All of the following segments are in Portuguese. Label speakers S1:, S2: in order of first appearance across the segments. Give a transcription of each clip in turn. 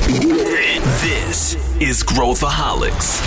S1: This is Growthaholics.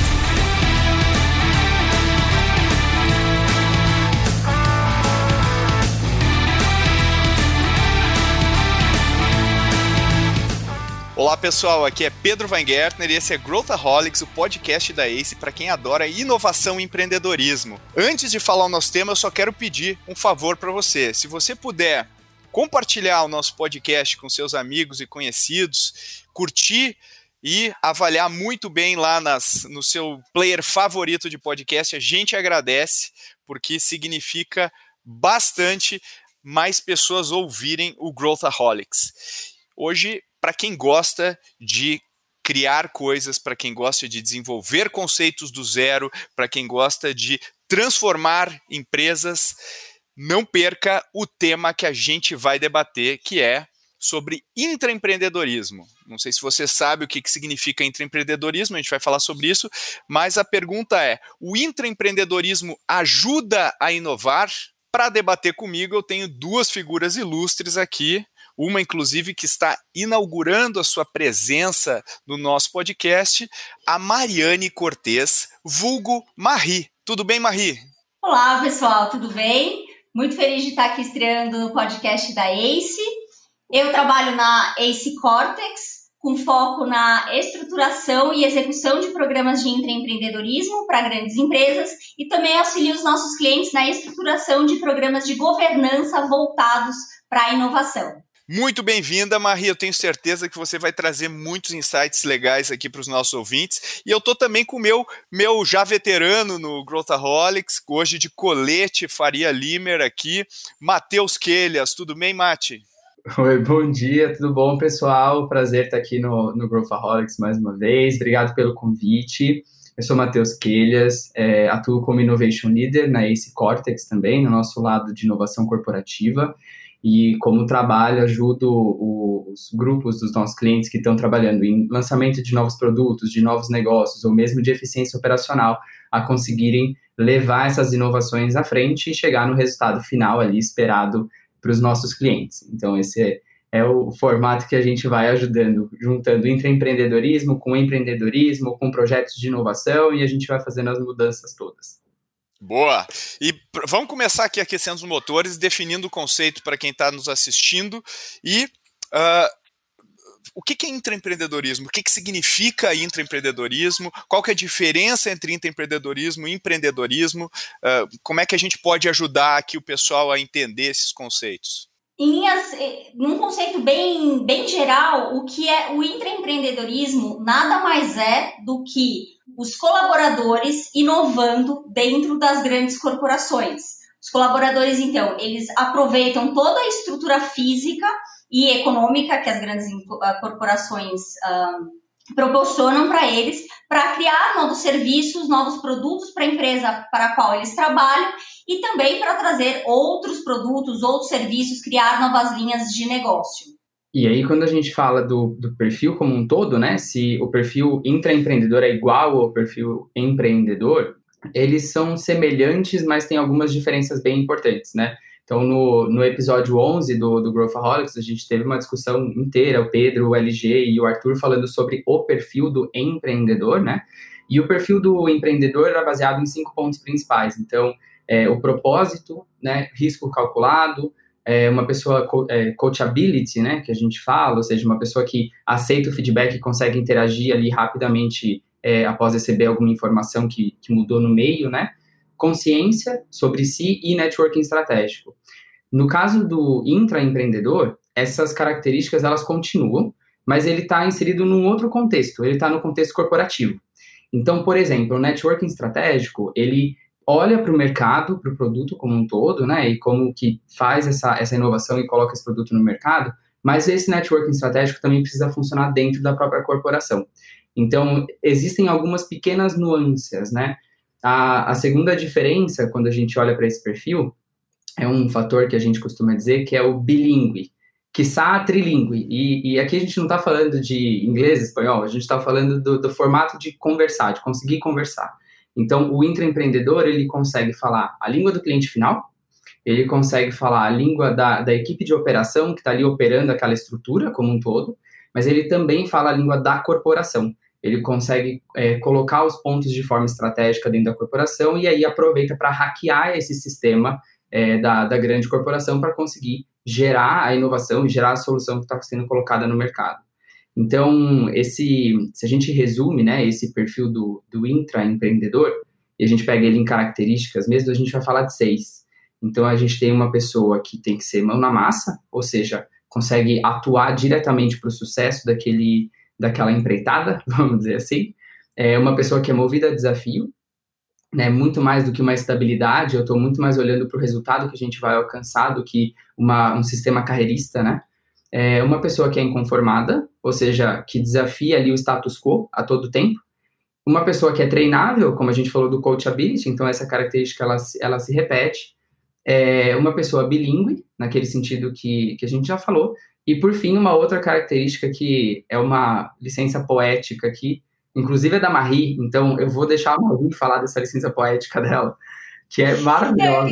S2: Olá pessoal, aqui é Pedro Weingärtner e esse é Growthaholics, o podcast da ACE para quem adora inovação e empreendedorismo. Antes de falar o nosso tema, eu só quero pedir um favor para você. Se você puder compartilhar o nosso podcast com seus amigos e conhecidos, curtir e avaliar muito bem lá no seu player favorito de podcast, a gente agradece, porque significa bastante mais pessoas ouvirem o Growthaholics. Hoje, para quem gosta de criar coisas, para quem gosta de desenvolver conceitos do zero, para quem gosta de transformar empresas, não perca o tema que a gente vai debater, que é sobre intraempreendedorismo. Não sei se você sabe o que significa intraempreendedorismo, a gente vai falar sobre isso, mas a pergunta é, o intraempreendedorismo ajuda a inovar? Para debater comigo, eu tenho duas figuras ilustres aqui, uma, inclusive, que está inaugurando a sua presença no nosso podcast, a Mariane Cortez, vulgo Marri. Tudo bem, Marri?
S3: Olá, pessoal, tudo bem? Muito feliz de estar aqui estreando no podcast da ACE. Eu trabalho na ACE Cortex, com foco na estruturação e execução de programas de intraempreendedorismo para grandes empresas e também auxilio os nossos clientes na estruturação de programas de governança voltados para a inovação.
S2: Muito bem-vinda, Marri. Eu tenho certeza que você vai trazer muitos insights legais aqui para os nossos ouvintes. E eu estou também com o meu já veterano no Growthaholics, hoje de colete Faria Limer aqui, Matheus Quelhas. Tudo bem, Mati?
S4: Oi, bom dia, tudo bom, pessoal? Prazer estar aqui no Growthaholics mais uma vez. Obrigado pelo convite. Eu sou Matheus Quelhas, atuo como Innovation Leader na ACE Cortex também, no nosso lado de inovação corporativa. E como trabalho, ajudo os grupos dos nossos clientes que estão trabalhando em lançamento de novos produtos, de novos negócios, ou mesmo de eficiência operacional, a conseguirem levar essas inovações à frente e chegar no resultado final ali esperado para os nossos clientes. Então, esse é o formato que a gente vai ajudando, juntando intraempreendedorismo com empreendedorismo, com projetos de inovação, e a gente vai fazendo as mudanças todas.
S2: Boa! E vamos começar aqui aquecendo os motores, definindo o conceito para quem está nos assistindo. E o que é intraempreendedorismo? O que significa intraempreendedorismo? Qual que é a diferença entre intraempreendedorismo e empreendedorismo? Como é que a gente pode ajudar aqui o pessoal a entender esses conceitos?
S3: Num conceito bem geral, o que é o intraempreendedorismo nada mais é do que os colaboradores inovando dentro das grandes corporações. Os colaboradores, então, eles aproveitam toda a estrutura física e econômica que as grandes corporações proporcionam para eles, para criar novos serviços, novos produtos para a empresa para a qual eles trabalham e também para trazer outros produtos, outros serviços, criar novas linhas de negócio.
S4: E aí, quando a gente fala do perfil como um todo, né, se o perfil intraempreendedor é igual ao perfil empreendedor, eles são semelhantes, mas tem algumas diferenças bem importantes, né? Então, no episódio 11 do Growthaholics, a gente teve uma discussão inteira, o Pedro, o LG e o Arthur falando sobre o perfil do empreendedor, né? E o perfil do empreendedor era baseado em 5 pontos principais. Então, o propósito, né, risco calculado, uma pessoa coachability, né, que a gente fala, ou seja, uma pessoa que aceita o feedback e consegue interagir ali rapidamente após receber alguma informação que mudou no meio, né? Consciência sobre si e networking estratégico. No caso do intraempreendedor, essas características elas continuam, mas ele está inserido num outro contexto, ele está no contexto corporativo. Então, por exemplo, o networking estratégico, ele olha para o mercado, para o produto como um todo, né, e como que faz essa inovação e coloca esse produto no mercado, mas esse networking estratégico também precisa funcionar dentro da própria corporação. Então, existem algumas pequenas nuances, né? A segunda diferença, quando a gente olha para esse perfil, é um fator que a gente costuma dizer que é o bilíngue, quiçá trilingue. E aqui a gente não está falando de inglês, espanhol, a gente está falando do formato de conversar, de conseguir conversar. Então, o intraempreendedor, ele consegue falar a língua do cliente final, ele consegue falar a língua da equipe de operação que está ali operando aquela estrutura como um todo, mas ele também fala a língua da corporação. Ele consegue colocar os pontos de forma estratégica dentro da corporação e aí aproveita para hackear esse sistema da grande corporação para conseguir gerar a inovação e gerar a solução que está sendo colocada no mercado. Então, se a gente resume, né, esse perfil do intraempreendedor, e a gente pega ele em características mesmo, a gente vai falar de 6. Então, a gente tem uma pessoa que tem que ser mão na massa, ou seja, consegue atuar diretamente para o sucesso daquela empreitada, vamos dizer assim. Uma pessoa que é movida a desafio, né, muito mais do que uma estabilidade, eu estou muito mais olhando para o resultado que a gente vai alcançar do que um sistema carreirista, né? Uma pessoa que é inconformada, ou seja, que desafia ali o status quo a todo tempo. Uma pessoa que é treinável, como a gente falou do coachability, então essa característica ela se repete. Uma pessoa bilíngue, naquele sentido que a gente já falou. E, por fim, uma outra característica que é uma licença poética aqui, inclusive é da Marie, então eu vou deixar a Marie falar dessa licença poética dela, que é maravilhosa.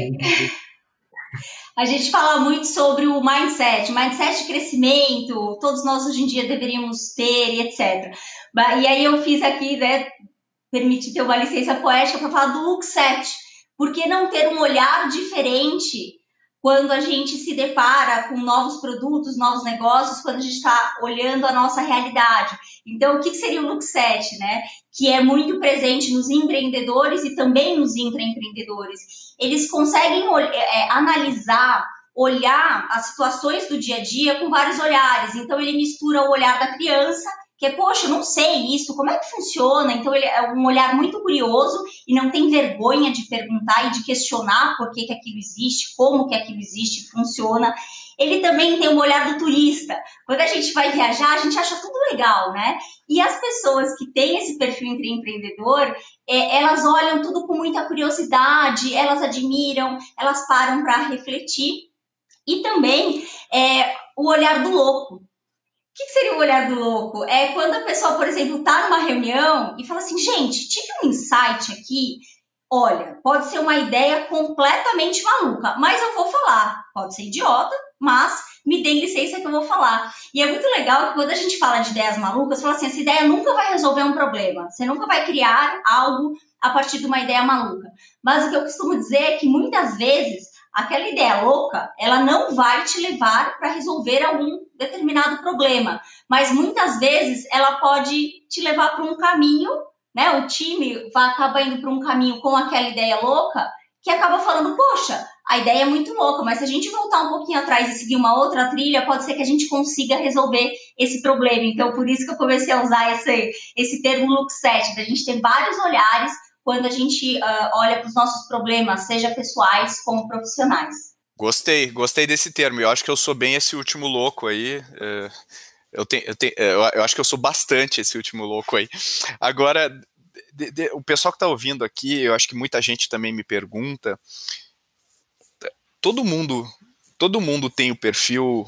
S3: A gente fala muito sobre o mindset de crescimento, todos nós hoje em dia deveríamos ter e etc. E aí eu fiz aqui, né, permiti ter uma licença poética para falar do look set. Por que não ter um olhar diferente quando a gente se depara com novos produtos, novos negócios, quando a gente está olhando a nossa realidade? Então, o que seria o look set, né? Que é muito presente nos empreendedores e também nos intraempreendedores. Eles conseguem analisar, olhar as situações do dia a dia com vários olhares. Então, ele mistura o olhar da criança, que é, poxa, eu não sei isso, como é que funciona? Então, ele é um olhar muito curioso e não tem vergonha de perguntar e de questionar por que aquilo existe, como que aquilo existe, funciona. Ele também tem um olhar do turista. Quando a gente vai viajar, a gente acha tudo legal, né? E as pessoas que têm esse perfil empreendedor, elas olham tudo com muita curiosidade, elas admiram, elas param para refletir. E também o olhar do louco. O que seria o olhar do louco? É quando a pessoa, por exemplo, está numa reunião e fala assim, gente, tive um insight aqui, olha, pode ser uma ideia completamente maluca, mas eu vou falar. Pode ser idiota, mas me dê licença que eu vou falar. E é muito legal que quando a gente fala de ideias malucas, fala assim, essa ideia nunca vai resolver um problema. Você nunca vai criar algo a partir de uma ideia maluca. Mas o que eu costumo dizer é que muitas vezes aquela ideia louca, ela não vai te levar para resolver algum determinado problema, mas muitas vezes ela pode te levar para um caminho, né? O time vai acabar indo para um caminho com aquela ideia louca, que acaba falando, poxa, a ideia é muito louca, mas se a gente voltar um pouquinho atrás e seguir uma outra trilha, pode ser que a gente consiga resolver esse problema. Então, por isso que eu comecei a usar esse termo look set, da gente ter vários olhares quando a gente olha para os nossos problemas, seja pessoais como profissionais.
S2: Gostei desse termo. Eu acho que eu sou bem esse último louco aí. Eu acho que eu sou bastante esse último louco aí. Agora, o pessoal que está ouvindo aqui, eu acho que muita gente também me pergunta. Todo mundo tem o perfil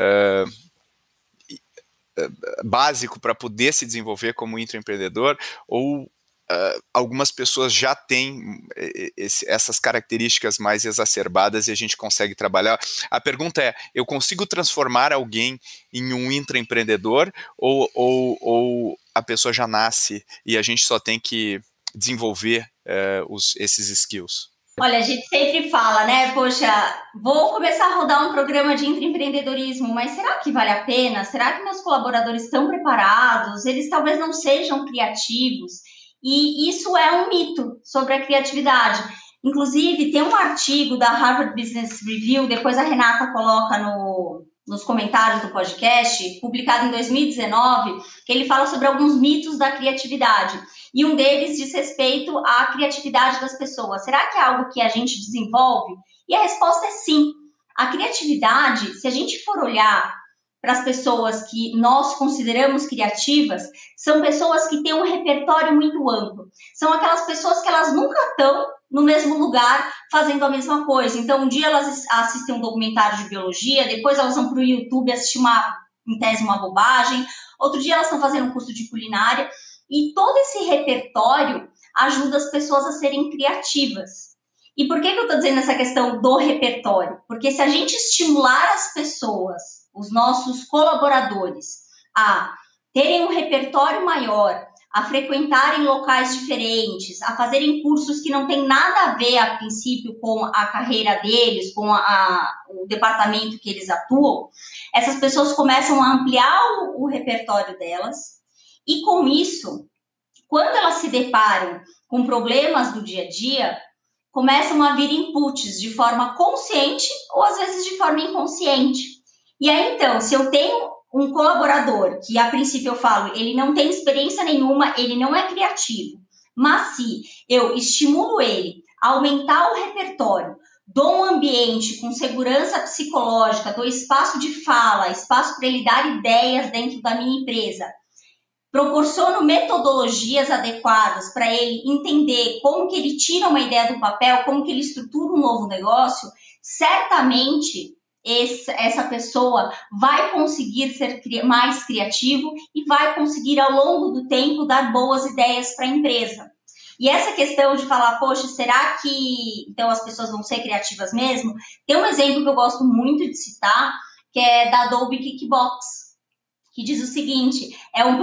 S2: básico para poder se desenvolver como intraempreendedor, ou algumas pessoas já têm essas características mais exacerbadas e a gente consegue trabalhar. A pergunta é, eu consigo transformar alguém em um intraempreendedor ou a pessoa já nasce e a gente só tem que desenvolver esses skills?
S3: Olha, a gente sempre fala, né, poxa, vou começar a rodar um programa de intraempreendedorismo, mas será que vale a pena? Será que meus colaboradores estão preparados? Eles talvez não sejam criativos? E isso é um mito sobre a criatividade. Inclusive, tem um artigo da Harvard Business Review, depois a Renata coloca nos comentários do podcast, publicado em 2019, que ele fala sobre alguns mitos da criatividade. E um deles diz respeito à criatividade das pessoas. Será que é algo que a gente desenvolve? E a resposta é sim. A criatividade, se a gente for olhar para as pessoas que nós consideramos criativas, são pessoas que têm um repertório muito amplo. São aquelas pessoas que elas nunca estão no mesmo lugar fazendo a mesma coisa. Então, um dia elas assistem um documentário de biologia, depois elas vão para o YouTube assistir em tese uma bobagem, outro dia elas estão fazendo um curso de culinária, e todo esse repertório ajuda as pessoas a serem criativas. E por que eu estou dizendo essa questão do repertório? Porque se a gente estimular as pessoas, os nossos colaboradores, a terem um repertório maior, a frequentarem locais diferentes, a fazerem cursos que não tem nada a ver, a princípio, com a carreira deles, com o departamento que eles atuam, essas pessoas começam a ampliar o repertório delas, e com isso, quando elas se deparam com problemas do dia a dia, começam a vir inputs de forma consciente ou às vezes de forma inconsciente. E aí, então, se eu tenho um colaborador que, a princípio, eu falo, ele não tem experiência nenhuma, ele não é criativo, mas se eu estimulo ele a aumentar o repertório, dou um ambiente com segurança psicológica, dou espaço de fala, espaço para ele dar ideias dentro da minha empresa, proporciono metodologias adequadas para ele entender como que ele tira uma ideia do papel, como que ele estrutura um novo negócio, certamente essa pessoa vai conseguir ser mais criativo e vai conseguir, ao longo do tempo, dar boas ideias para a empresa. E essa questão de falar, poxa, será que então as pessoas vão ser criativas mesmo? Tem um exemplo que eu gosto muito de citar, que é da Adobe Kickbox, que diz o seguinte, é um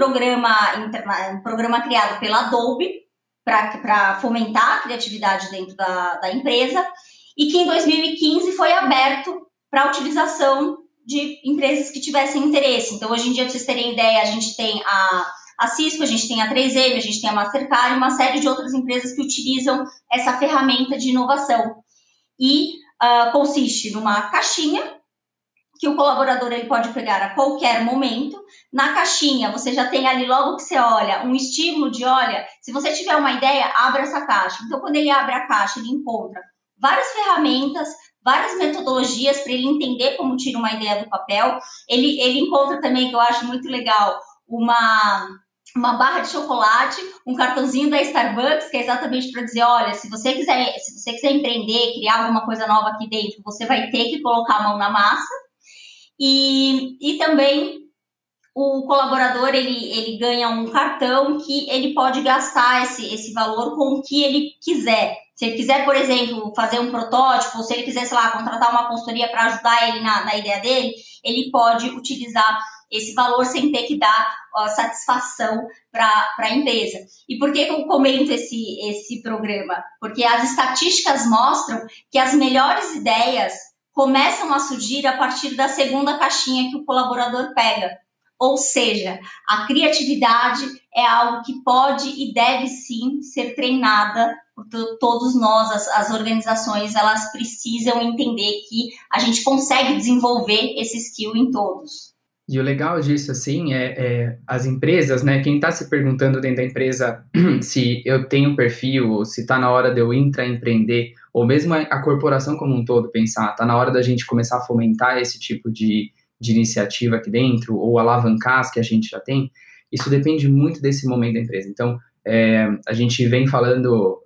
S3: programa criado pela Adobe para fomentar a criatividade dentro da empresa e que em 2015 foi aberto para a utilização de empresas que tivessem interesse. Então, hoje em dia, para vocês terem ideia, a gente tem a Cisco, a gente tem a 3M, a gente tem a Mastercard e uma série de outras empresas que utilizam essa ferramenta de inovação. E consiste numa caixinha que o colaborador ele pode pegar a qualquer momento. Na caixinha, você já tem ali, logo que você olha, um estímulo de, olha, se você tiver uma ideia, abra essa caixa. Então, quando ele abre a caixa, ele encontra várias ferramentas, várias metodologias para ele entender como tira uma ideia do papel. Ele encontra também, que eu acho muito legal, uma barra de chocolate, um cartãozinho da Starbucks, que é exatamente para dizer, olha, se você quiser empreender, criar alguma coisa nova aqui dentro, você vai ter que colocar a mão na massa. E também o colaborador, ele ganha um cartão que ele pode gastar esse valor com o que ele quiser. Se ele quiser, por exemplo, fazer um protótipo, ou se ele quiser, sei lá, contratar uma consultoria para ajudar ele na ideia dele, ele pode utilizar esse valor sem ter que dar satisfação para a empresa. E por que eu comento esse programa? Porque as estatísticas mostram que as melhores ideias começam a surgir a partir da segunda caixinha que o colaborador pega. Ou seja, a criatividade é algo que pode e deve sim ser treinada por todos nós, as organizações, elas precisam entender que a gente consegue desenvolver esse skill em todos.
S4: E o legal disso, assim, é as empresas, né, quem está se perguntando dentro da empresa se eu tenho perfil, ou se está na hora de eu intraempreender, ou mesmo a corporação como um todo pensar, está na hora da gente começar a fomentar esse tipo de iniciativa aqui dentro, ou alavancar as que a gente já tem, isso depende muito desse momento da empresa. Então, a gente vem falando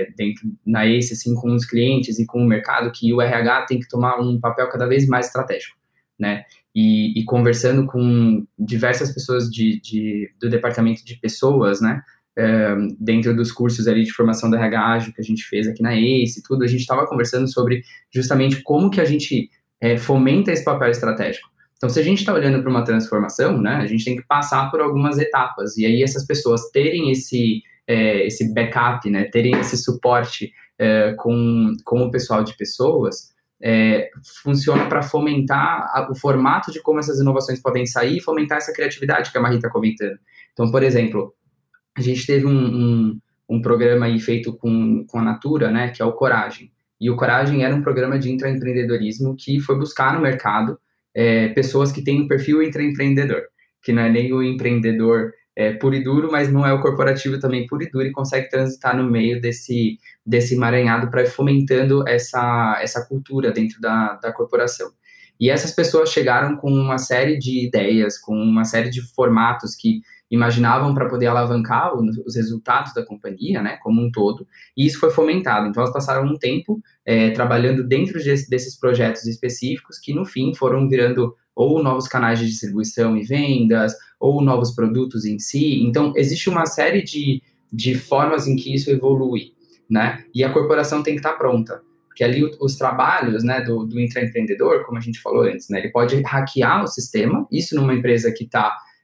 S4: na ACE, assim, com os clientes e com o mercado, que o RH tem que tomar um papel cada vez mais estratégico, né? E conversando com diversas pessoas do departamento de pessoas, né? Dentro dos cursos ali de formação da RH Ágil que a gente fez aqui na ACE e tudo, a gente estava conversando sobre justamente como que a gente fomenta esse papel estratégico. Então, se a gente está olhando para uma transformação, né, a gente tem que passar por algumas etapas, e aí essas pessoas terem esse backup, né, terem esse suporte com o pessoal de pessoas, funciona para fomentar o formato de como essas inovações podem sair e fomentar essa criatividade que a Marie está comentando. Então, por exemplo, a gente teve um programa aí feito com a Natura, né, que é o Coragem, e o Coragem era um programa de intraempreendedorismo que foi buscar no mercado pessoas que têm um perfil intraempreendedor, que não é nem o empreendedor puro e duro, mas não é o corporativo também puro e duro, e consegue transitar no meio desse emaranhado para ir fomentando essa cultura dentro da corporação. E essas pessoas chegaram com uma série de ideias, com uma série de formatos que imaginavam para poder alavancar os resultados da companhia, né, como um todo, e isso foi fomentado. Então, elas passaram um tempo trabalhando dentro desses projetos específicos que, no fim, foram virando ou novos canais de distribuição e vendas, ou novos produtos em si. Então, existe uma série de formas em que isso evolui, né, e a corporação tem que estar pronta. Porque ali os trabalhos, né, do intraempreendedor, como a gente falou antes, né, ele pode hackear o sistema, isso numa empresa que está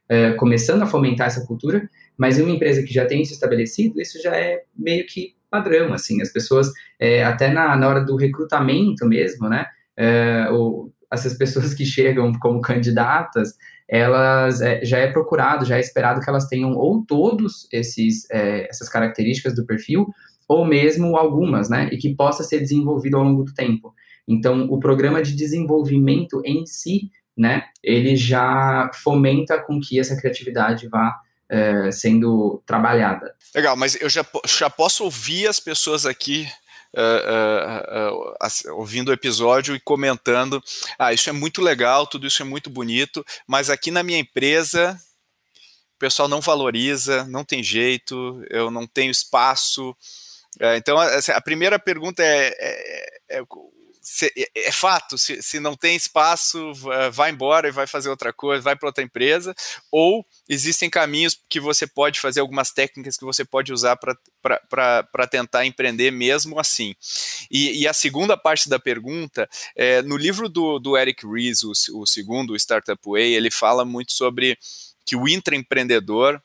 S4: começando a fomentar essa cultura, mas em uma empresa que já tem isso estabelecido, isso já é meio que padrão, assim, as pessoas, até na hora do recrutamento mesmo, né, essas pessoas que chegam como candidatas, elas já é procurado, já é esperado que elas tenham ou todos essas características do perfil, ou mesmo algumas, né, e que possa ser desenvolvido ao longo do tempo. Então, o programa de desenvolvimento em si, né, ele já fomenta com que essa criatividade vá sendo trabalhada.
S2: Legal, mas eu já posso ouvir as pessoas aqui ouvindo o episódio e comentando, isso é muito legal, tudo isso é muito bonito, mas aqui na minha empresa o pessoal não valoriza, não tem jeito, eu não tenho espaço. Então, a primeira pergunta é fato, se não tem espaço, vai embora e vai fazer outra coisa, vai para outra empresa, ou existem caminhos que você pode fazer, algumas técnicas que você pode usar para tentar empreender mesmo assim. E a segunda parte da pergunta, no livro do Eric Ries, o segundo, o Startup Way, ele fala muito sobre que o intraempreendedor,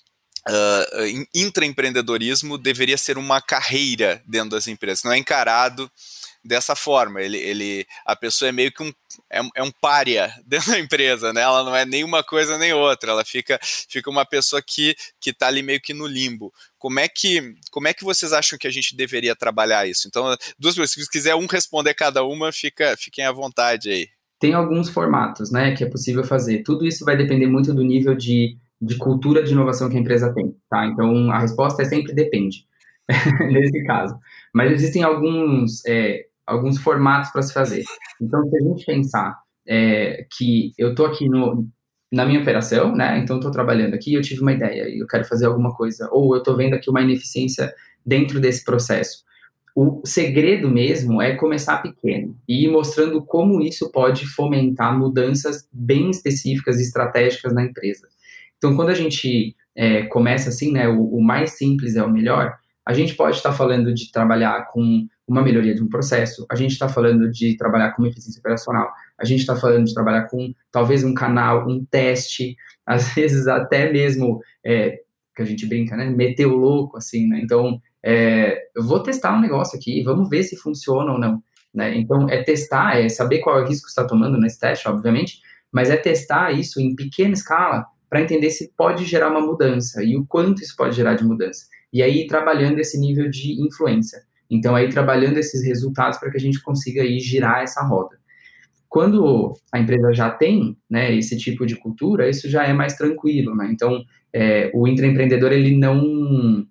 S2: intraempreendedorismo deveria ser uma carreira dentro das empresas, não é encarado dessa forma. A pessoa é meio que um pária dentro da empresa, né? Ela não é nem uma coisa nem outra, ela fica uma pessoa que está ali meio que no limbo. Como é que vocês acham que a gente deveria trabalhar isso? Então, duas pessoas, se quiser responder cada uma, fiquem à vontade aí.
S4: Tem alguns formatos, né, que é possível fazer. Tudo isso vai depender muito do nível de cultura de inovação que a empresa tem, tá? Então, a resposta é sempre depende, nesse caso. Mas existem alguns formatos para se fazer. Então, se a gente pensar que eu estou aqui na minha operação, né? Então, estou trabalhando aqui, eu tive uma ideia e eu quero fazer alguma coisa, ou eu estou vendo aqui uma ineficiência dentro desse processo. O segredo mesmo é começar pequeno e ir mostrando como isso pode fomentar mudanças bem específicas e estratégicas na empresa. Então, quando a gente começa assim, né, o mais simples é o melhor, a gente pode estar falando de trabalhar com uma melhoria de um processo, a gente está falando de trabalhar com uma eficiência operacional, a gente está falando de trabalhar com talvez um canal, um teste, às vezes até mesmo, que a gente brinca, né, meter o louco, assim, né, então, eu vou testar um negócio aqui, vamos ver se funciona ou não, né, então testar, saber qual é o risco que você está tomando nesse teste, obviamente, mas testar isso em pequena escala para entender se pode gerar uma mudança e o quanto isso pode gerar de mudança. E aí, trabalhando esse nível de influência. Então, aí, trabalhando esses resultados para que a gente consiga aí girar essa roda. Quando a empresa já tem, né, esse tipo de cultura, isso já é mais tranquilo, né? Então, o intraempreendedor, ele não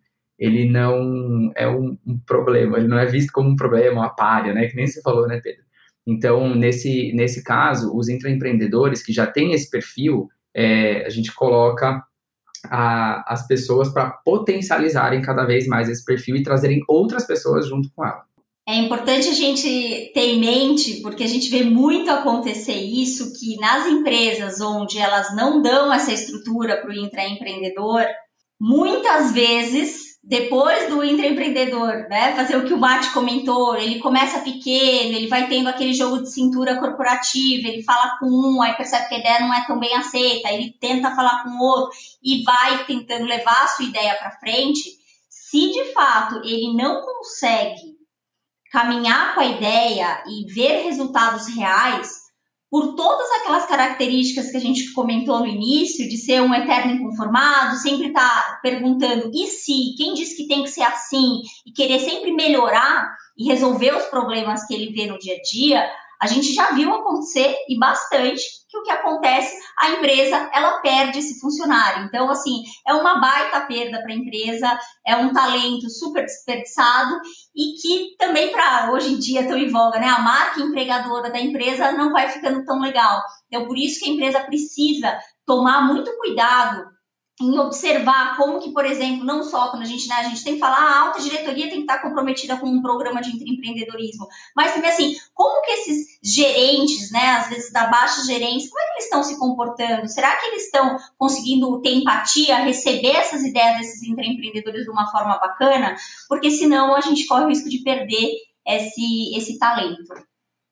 S4: é um problema, ele não é visto como um problema, uma pária, né? Que nem você falou, né, Pedro? Então, nesse caso, os intraempreendedores que já têm esse perfil, a gente coloca as pessoas para potencializarem cada vez mais esse perfil e trazerem outras pessoas junto com ela.
S3: É importante a gente ter em mente, porque a gente vê muito acontecer isso, que nas empresas onde elas não dão essa estrutura para o intraempreendedor, muitas vezes, depois do intraempreendedor, né, fazer o que o Mate comentou, ele começa pequeno, ele vai tendo aquele jogo de cintura corporativa, ele fala com um, aí percebe que a ideia não é tão bem aceita, aí ele tenta falar com o outro e vai tentando levar a sua ideia para frente. Se de fato ele não consegue caminhar com a ideia e ver resultados reais, por todas aquelas características que a gente comentou no início, de ser um eterno inconformado, sempre estar perguntando, e se? Quem disse que tem que ser assim? E querer sempre melhorar e resolver os problemas que ele vê no dia a dia, a gente já viu acontecer, e bastante, que o que acontece, a empresa, ela perde esse funcionário. Então, assim, é uma baita perda para a empresa, é um talento super desperdiçado e que também, para hoje em dia, tão em voga, né? A marca empregadora da empresa não vai ficando tão legal. Então, por isso que a empresa precisa tomar muito cuidado em observar como que, por exemplo, não só quando a gente tem que falar, a alta diretoria tem que estar comprometida com um programa de intraempreendedorismo, mas também assim, como que esses gerentes, né, às vezes da baixa gerência, como é que eles estão se comportando? Será que eles estão conseguindo ter empatia, receber essas ideias desses intraempreendedores de uma forma bacana? Porque senão a gente corre o risco de perder esse talento.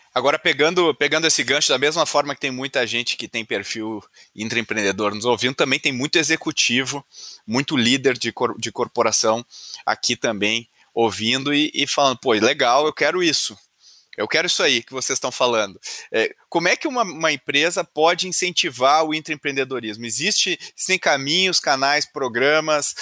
S2: Agora, pegando esse gancho, da mesma forma que tem muita gente que tem perfil intraempreendedor nos ouvindo, também tem muito executivo, muito líder de corporação aqui também ouvindo e falando, pô, legal, eu quero isso aí que vocês estão falando. Como é que uma empresa pode incentivar o intraempreendedorismo? Existem caminhos, canais, programas,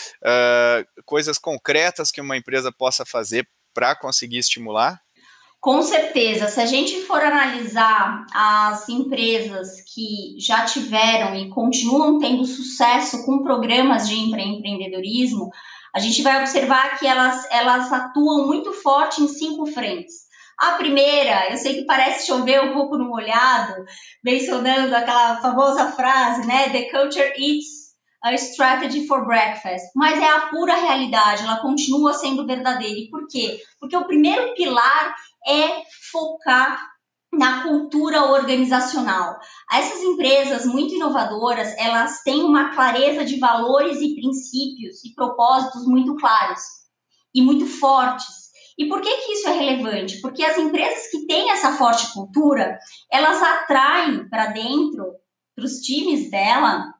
S2: coisas concretas que uma empresa possa fazer para conseguir estimular?
S3: Com certeza, se a gente for analisar as empresas que já tiveram e continuam tendo sucesso com programas de intraempreendedorismo, a gente vai observar que elas atuam muito forte em 5 frentes. A primeira, eu sei que parece chover um pouco no molhado, mencionando aquela famosa frase, né? The culture eats a strategy for breakfast, mas é a pura realidade, ela continua sendo verdadeira. E por quê? Porque o primeiro pilar é focar na cultura organizacional. Essas empresas muito inovadoras, elas têm uma clareza de valores e princípios e propósitos muito claros e muito fortes. E por que isso é relevante? Porque as empresas que têm essa forte cultura, elas atraem para dentro, para os times dela,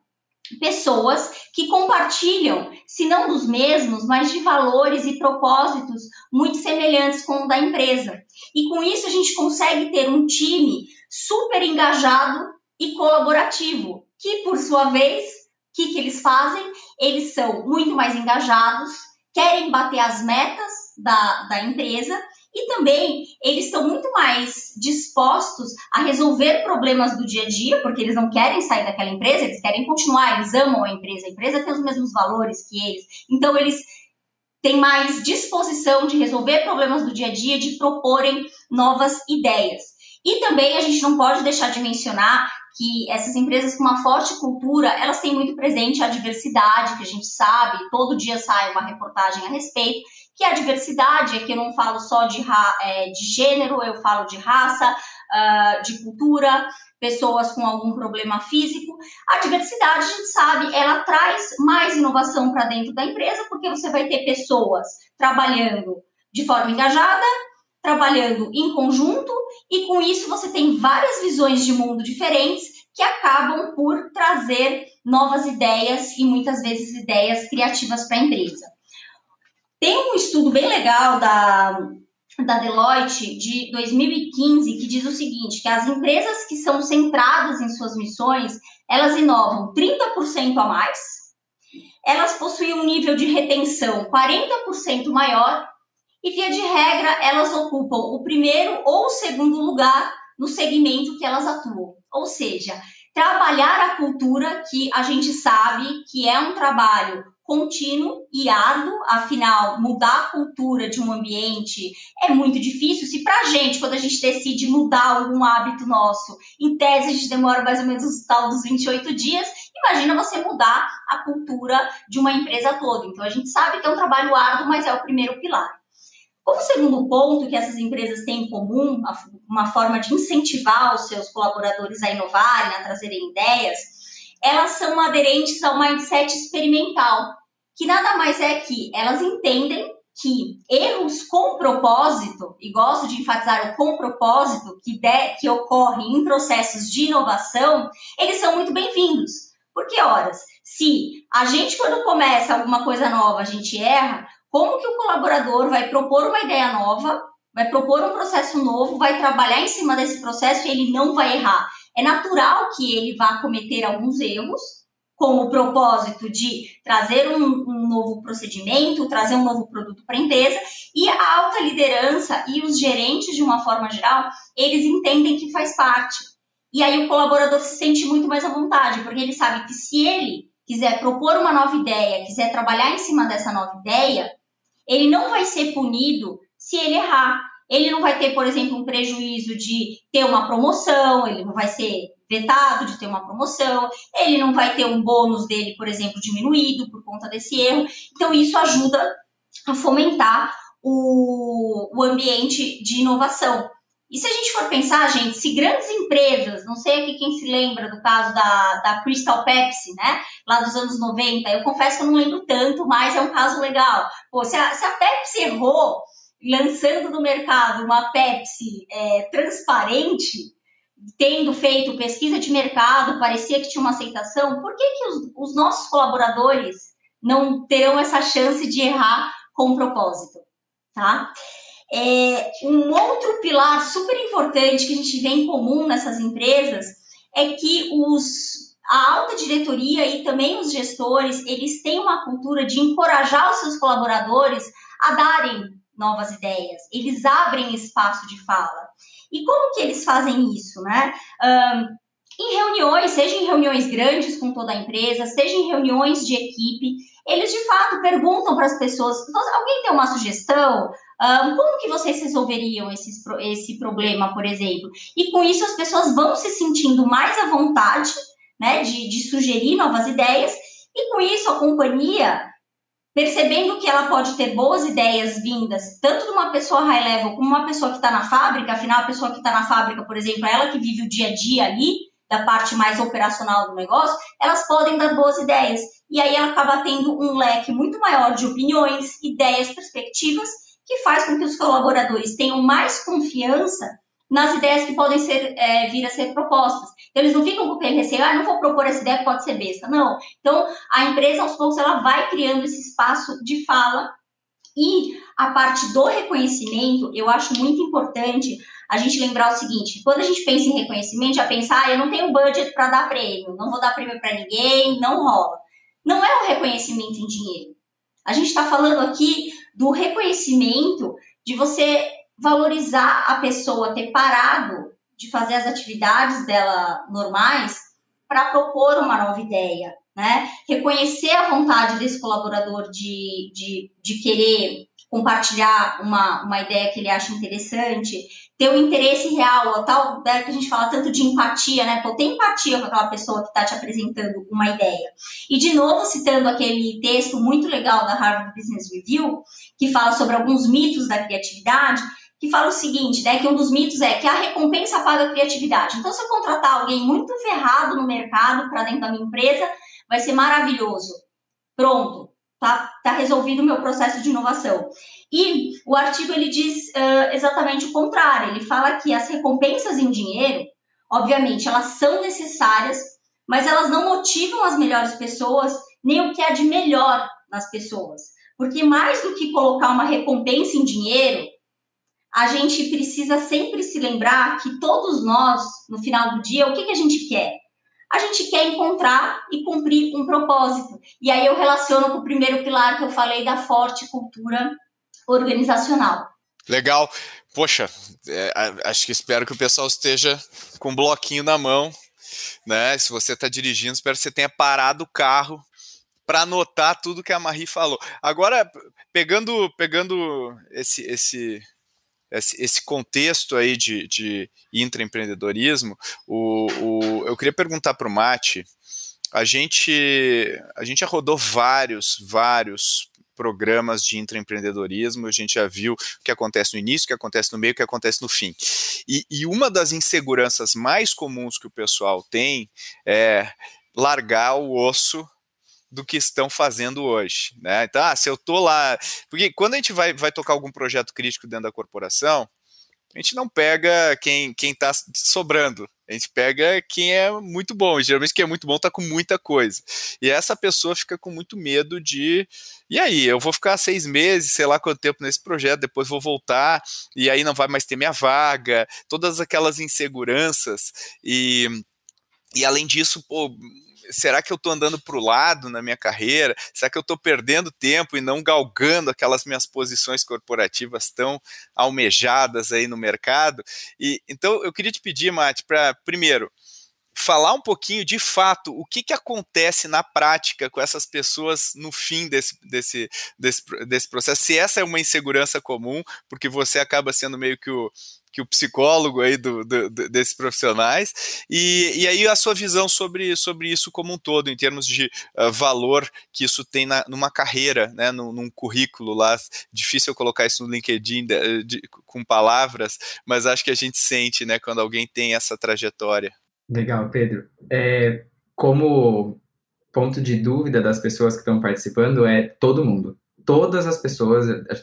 S3: pessoas que compartilham, se não dos mesmos, mas de valores e propósitos muito semelhantes com o da empresa. E com isso a gente consegue ter um time super engajado e colaborativo, que por sua vez, o que eles fazem? Eles são muito mais engajados, querem bater as metas da empresa e também eles estão muito mais dispostos a resolver problemas do dia a dia, porque eles não querem sair daquela empresa, eles querem continuar, eles amam a empresa tem os mesmos valores que eles, então eles têm mais disposição de resolver problemas do dia a dia, de proporem novas ideias. E também a gente não pode deixar de mencionar que essas empresas com uma forte cultura, elas têm muito presente a diversidade, que a gente sabe, todo dia sai uma reportagem a respeito, que a diversidade, aqui eu não falo só de gênero, eu falo de raça, de cultura, pessoas com algum problema físico. A diversidade, a gente sabe, ela traz mais inovação para dentro da empresa, porque você vai ter pessoas trabalhando de forma engajada, trabalhando em conjunto, e com isso você tem várias visões de mundo diferentes que acabam por trazer novas ideias e muitas vezes ideias criativas para a empresa. Tem um estudo bem legal da Deloitte de 2015 que diz o seguinte, que as empresas que são centradas em suas missões, elas inovam 30% a mais, elas possuem um nível de retenção 40% maior e, via de regra, elas ocupam o primeiro ou o segundo lugar no segmento que elas atuam. Ou seja, trabalhar a cultura, que a gente sabe que é um trabalho contínuo e árduo, afinal, mudar a cultura de um ambiente é muito difícil. Se para a gente, quando a gente decide mudar algum hábito nosso, em tese a gente demora mais ou menos o tal dos 28 dias, imagina você mudar a cultura de uma empresa toda. Então, a gente sabe que é um trabalho árduo, mas é o primeiro pilar. Como segundo ponto que essas empresas têm em comum, uma forma de incentivar os seus colaboradores a inovarem, a trazerem ideias, elas são aderentes ao mindset experimental, que nada mais é que elas entendem que erros com propósito, e gosto de enfatizar o com propósito, que ocorre em processos de inovação, eles são muito bem-vindos. Porque, horas, se a gente, quando começa alguma coisa nova, a gente erra, como que o colaborador vai propor uma ideia nova, vai propor um processo novo, vai trabalhar em cima desse processo e ele não vai errar? É natural que ele vá cometer alguns erros, com o propósito de trazer um novo procedimento, trazer um novo produto para a empresa, e a alta liderança e os gerentes, de uma forma geral, eles entendem que faz parte. E aí o colaborador se sente muito mais à vontade, porque ele sabe que se ele quiser propor uma nova ideia, quiser trabalhar em cima dessa nova ideia, ele não vai ser punido se ele errar. Ele não vai ter, por exemplo, um prejuízo de ter uma promoção, ele não vai ser vetado de ter uma promoção, ele não vai ter um bônus dele, por exemplo, diminuído por conta desse erro. Então, isso ajuda a fomentar o ambiente de inovação. E se a gente for pensar, gente, se grandes empresas, não sei aqui quem se lembra do caso da Crystal Pepsi, né, lá dos anos 90, eu confesso que eu não lembro tanto, mas é um caso legal. Pô, se a Pepsi errou lançando no mercado uma Pepsi transparente, tendo feito pesquisa de mercado, parecia que tinha uma aceitação, por que os nossos colaboradores não terão essa chance de errar com propósito, tá? Um outro pilar super importante que a gente vê em comum nessas empresas é que a alta diretoria e também os gestores, eles têm uma cultura de encorajar os seus colaboradores a darem novas ideias, eles abrem espaço de fala. E como que eles fazem isso, né? Em reuniões, seja em reuniões grandes com toda a empresa, seja em reuniões de equipe, eles de fato perguntam para as pessoas, alguém tem uma sugestão? Como que vocês resolveriam esse problema, por exemplo? E com isso as pessoas vão se sentindo mais à vontade, né, de sugerir novas ideias, e com isso a companhia, percebendo que ela pode ter boas ideias vindas, tanto de uma pessoa high level como uma pessoa que está na fábrica, afinal a pessoa que está na fábrica, por exemplo, é ela que vive o dia a dia ali, da parte mais operacional do negócio, elas podem dar boas ideias. E aí ela acaba tendo um leque muito maior de opiniões, ideias, perspectivas, que faz com que os colaboradores tenham mais confiança nas ideias que podem vir a ser propostas. Então, eles não ficam com aquele receio, não vou propor essa ideia, pode ser besta. Não. Então, a empresa, aos poucos, ela vai criando esse espaço de fala. E a parte do reconhecimento, eu acho muito importante a gente lembrar o seguinte, quando a gente pensa em reconhecimento, já pensa, eu não tenho budget para dar prêmio, não vou dar prêmio para ninguém, não rola. Não é o reconhecimento em dinheiro. A gente está falando aqui do reconhecimento de você valorizar a pessoa, ter parado de fazer as atividades dela normais para propor uma nova ideia, né? Reconhecer a vontade desse colaborador de querer compartilhar uma ideia que ele acha interessante, ter um interesse real, tal, né, que a gente fala tanto de empatia, né? Ter empatia com aquela pessoa que está te apresentando uma ideia. E, de novo, citando aquele texto muito legal da Harvard Business Review, que fala sobre alguns mitos da criatividade, que fala o seguinte, né, que um dos mitos é que a recompensa paga a criatividade. Então, se eu contratar alguém muito ferrado no mercado para dentro da minha empresa, vai ser maravilhoso. Pronto, tá resolvido o meu processo de inovação. E o artigo, ele diz exatamente o contrário. Ele fala que as recompensas em dinheiro, obviamente, elas são necessárias, mas elas não motivam as melhores pessoas, nem o que há de melhor nas pessoas. Porque mais do que colocar uma recompensa em dinheiro, a gente precisa sempre se lembrar que todos nós, no final do dia, o que a gente quer? A gente quer encontrar e cumprir um propósito. E aí eu relaciono com o primeiro pilar que eu falei da forte cultura organizacional.
S2: Legal. Poxa, espero que o pessoal esteja com um bloquinho na mão, né? Se você está dirigindo, espero que você tenha parado o carro para anotar tudo que a Marie falou. Agora, pegando esse contexto aí de intraempreendedorismo, eu queria perguntar para o Mati, a gente já rodou vários programas de intraempreendedorismo, a gente já viu o que acontece no início, o que acontece no meio, o que acontece no fim. E uma das inseguranças mais comuns que o pessoal tem é largar o osso do que estão fazendo hoje, né? Então, se eu tô lá... Porque quando a gente vai tocar algum projeto crítico dentro da corporação, a gente não pega quem tá sobrando, a gente pega quem é muito bom, e geralmente quem é muito bom tá com muita coisa, e essa pessoa fica com muito medo de, e aí, eu vou ficar 6 meses, sei lá quanto tempo nesse projeto, depois vou voltar, e aí não vai mais ter minha vaga, todas aquelas inseguranças, e além disso, será que eu estou andando para o lado na minha carreira? Será que eu estou perdendo tempo e não galgando aquelas minhas posições corporativas tão almejadas aí no mercado? E então eu queria te pedir, Mati, para primeiro falar um pouquinho de fato o que acontece na prática com essas pessoas no fim desse processo, se essa é uma insegurança comum, porque você acaba sendo meio que o psicólogo aí desses profissionais, e aí a sua visão sobre isso como um todo, em termos de valor que isso tem numa carreira, né, num currículo lá. Difícil eu colocar isso no LinkedIn com palavras, mas acho que a gente sente, né, quando alguém tem essa trajetória.
S4: Legal, Pedro. Como ponto de dúvida das pessoas que estão participando é todo mundo. Todas as pessoas,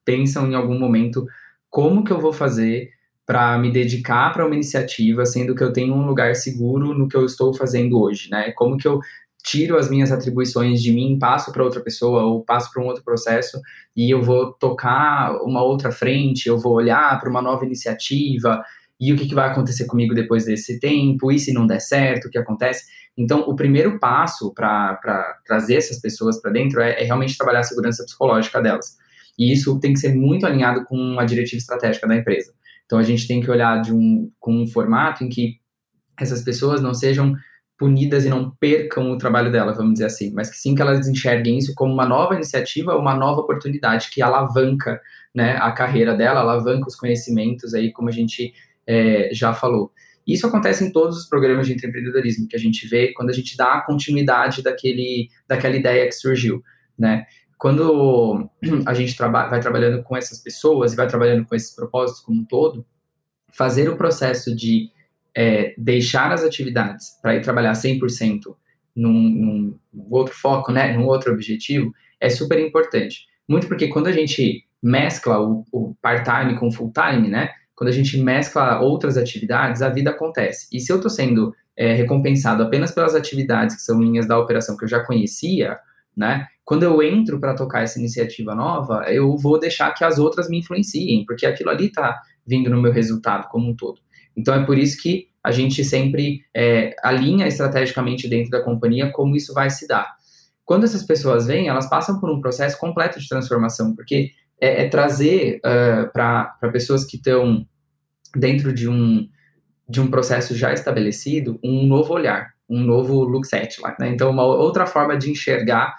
S4: pensam em algum momento como que eu vou fazer para me dedicar para uma iniciativa, sendo que eu tenho um lugar seguro no que eu estou fazendo hoje, né? Como que eu tiro as minhas atribuições de mim, passo para outra pessoa ou passo para um outro processo e eu vou tocar uma outra frente, eu vou olhar para uma nova iniciativa e o que vai acontecer comigo depois desse tempo, e se não der certo, o que acontece? Então, o primeiro passo para trazer essas pessoas para dentro é realmente trabalhar a segurança psicológica delas. E isso tem que ser muito alinhado com a diretiva estratégica da empresa. Então, a gente tem que olhar com um formato em que essas pessoas não sejam punidas e não percam o trabalho delas, vamos dizer assim, mas que sim que elas enxerguem isso como uma nova iniciativa, uma nova oportunidade que alavanca, né, a carreira dela, alavanca os conhecimentos, aí, como a gente já falou. Isso acontece em todos os programas de empreendedorismo que a gente vê quando a gente dá a continuidade daquela ideia que surgiu, né? Quando a gente vai trabalhando com essas pessoas e vai trabalhando com esses propósitos como um todo, fazer o processo de deixar as atividades para ir trabalhar 100% num outro foco, né, num outro objetivo, é super importante. Muito porque quando a gente mescla o part-time com o full-time, né, quando a gente mescla outras atividades, a vida acontece. E se eu estou sendo recompensado apenas pelas atividades que são linhas da operação que eu já conhecia, né, quando eu entro para tocar essa iniciativa nova, eu vou deixar que as outras me influenciem, porque aquilo ali está vindo no meu resultado como um todo. Então, é por isso que a gente sempre alinha estrategicamente dentro da companhia como isso vai se dar. Quando essas pessoas vêm, elas passam por um processo completo de transformação, porque trazer para pessoas que estão dentro de um processo já estabelecido um novo olhar, um novo look set, né? Então, uma outra forma de enxergar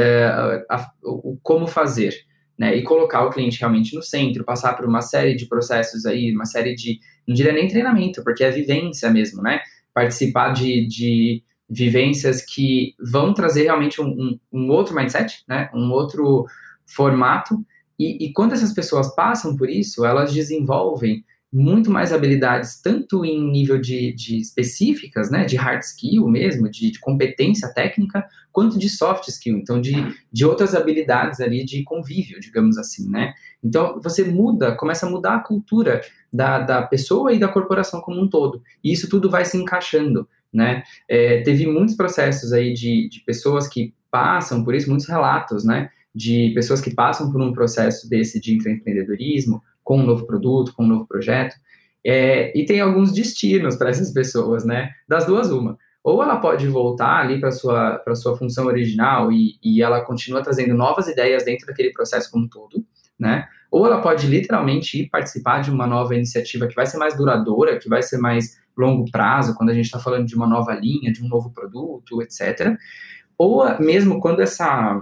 S4: o como fazer, né? E colocar o cliente realmente no centro, passar por uma série de processos aí, uma série de, não diria nem treinamento, porque é vivência mesmo, né? Participar de vivências que vão trazer realmente um outro mindset, né? Um outro formato, e quando essas pessoas passam por isso, elas desenvolvem muito mais habilidades, tanto em nível de específicas, né, de hard skill mesmo, de competência técnica, quanto de soft skill, então de outras habilidades ali de convívio, digamos assim, né. Então, você começa a mudar a cultura da pessoa e da corporação como um todo, e isso tudo vai se encaixando, né. Teve muitos processos aí de pessoas que passam por isso, muitos relatos, né, de pessoas que passam por um processo desse de intraempreendedorismo, com um novo produto, com um novo projeto, e tem alguns destinos para essas pessoas, né? Das duas, uma. Ou ela pode voltar ali para a sua função original e ela continua trazendo novas ideias dentro daquele processo como um todo, né? Ou ela pode literalmente ir participar de uma nova iniciativa que vai ser mais duradoura, que vai ser mais longo prazo, quando a gente está falando de uma nova linha, de um novo produto, etc. Ou mesmo quando essa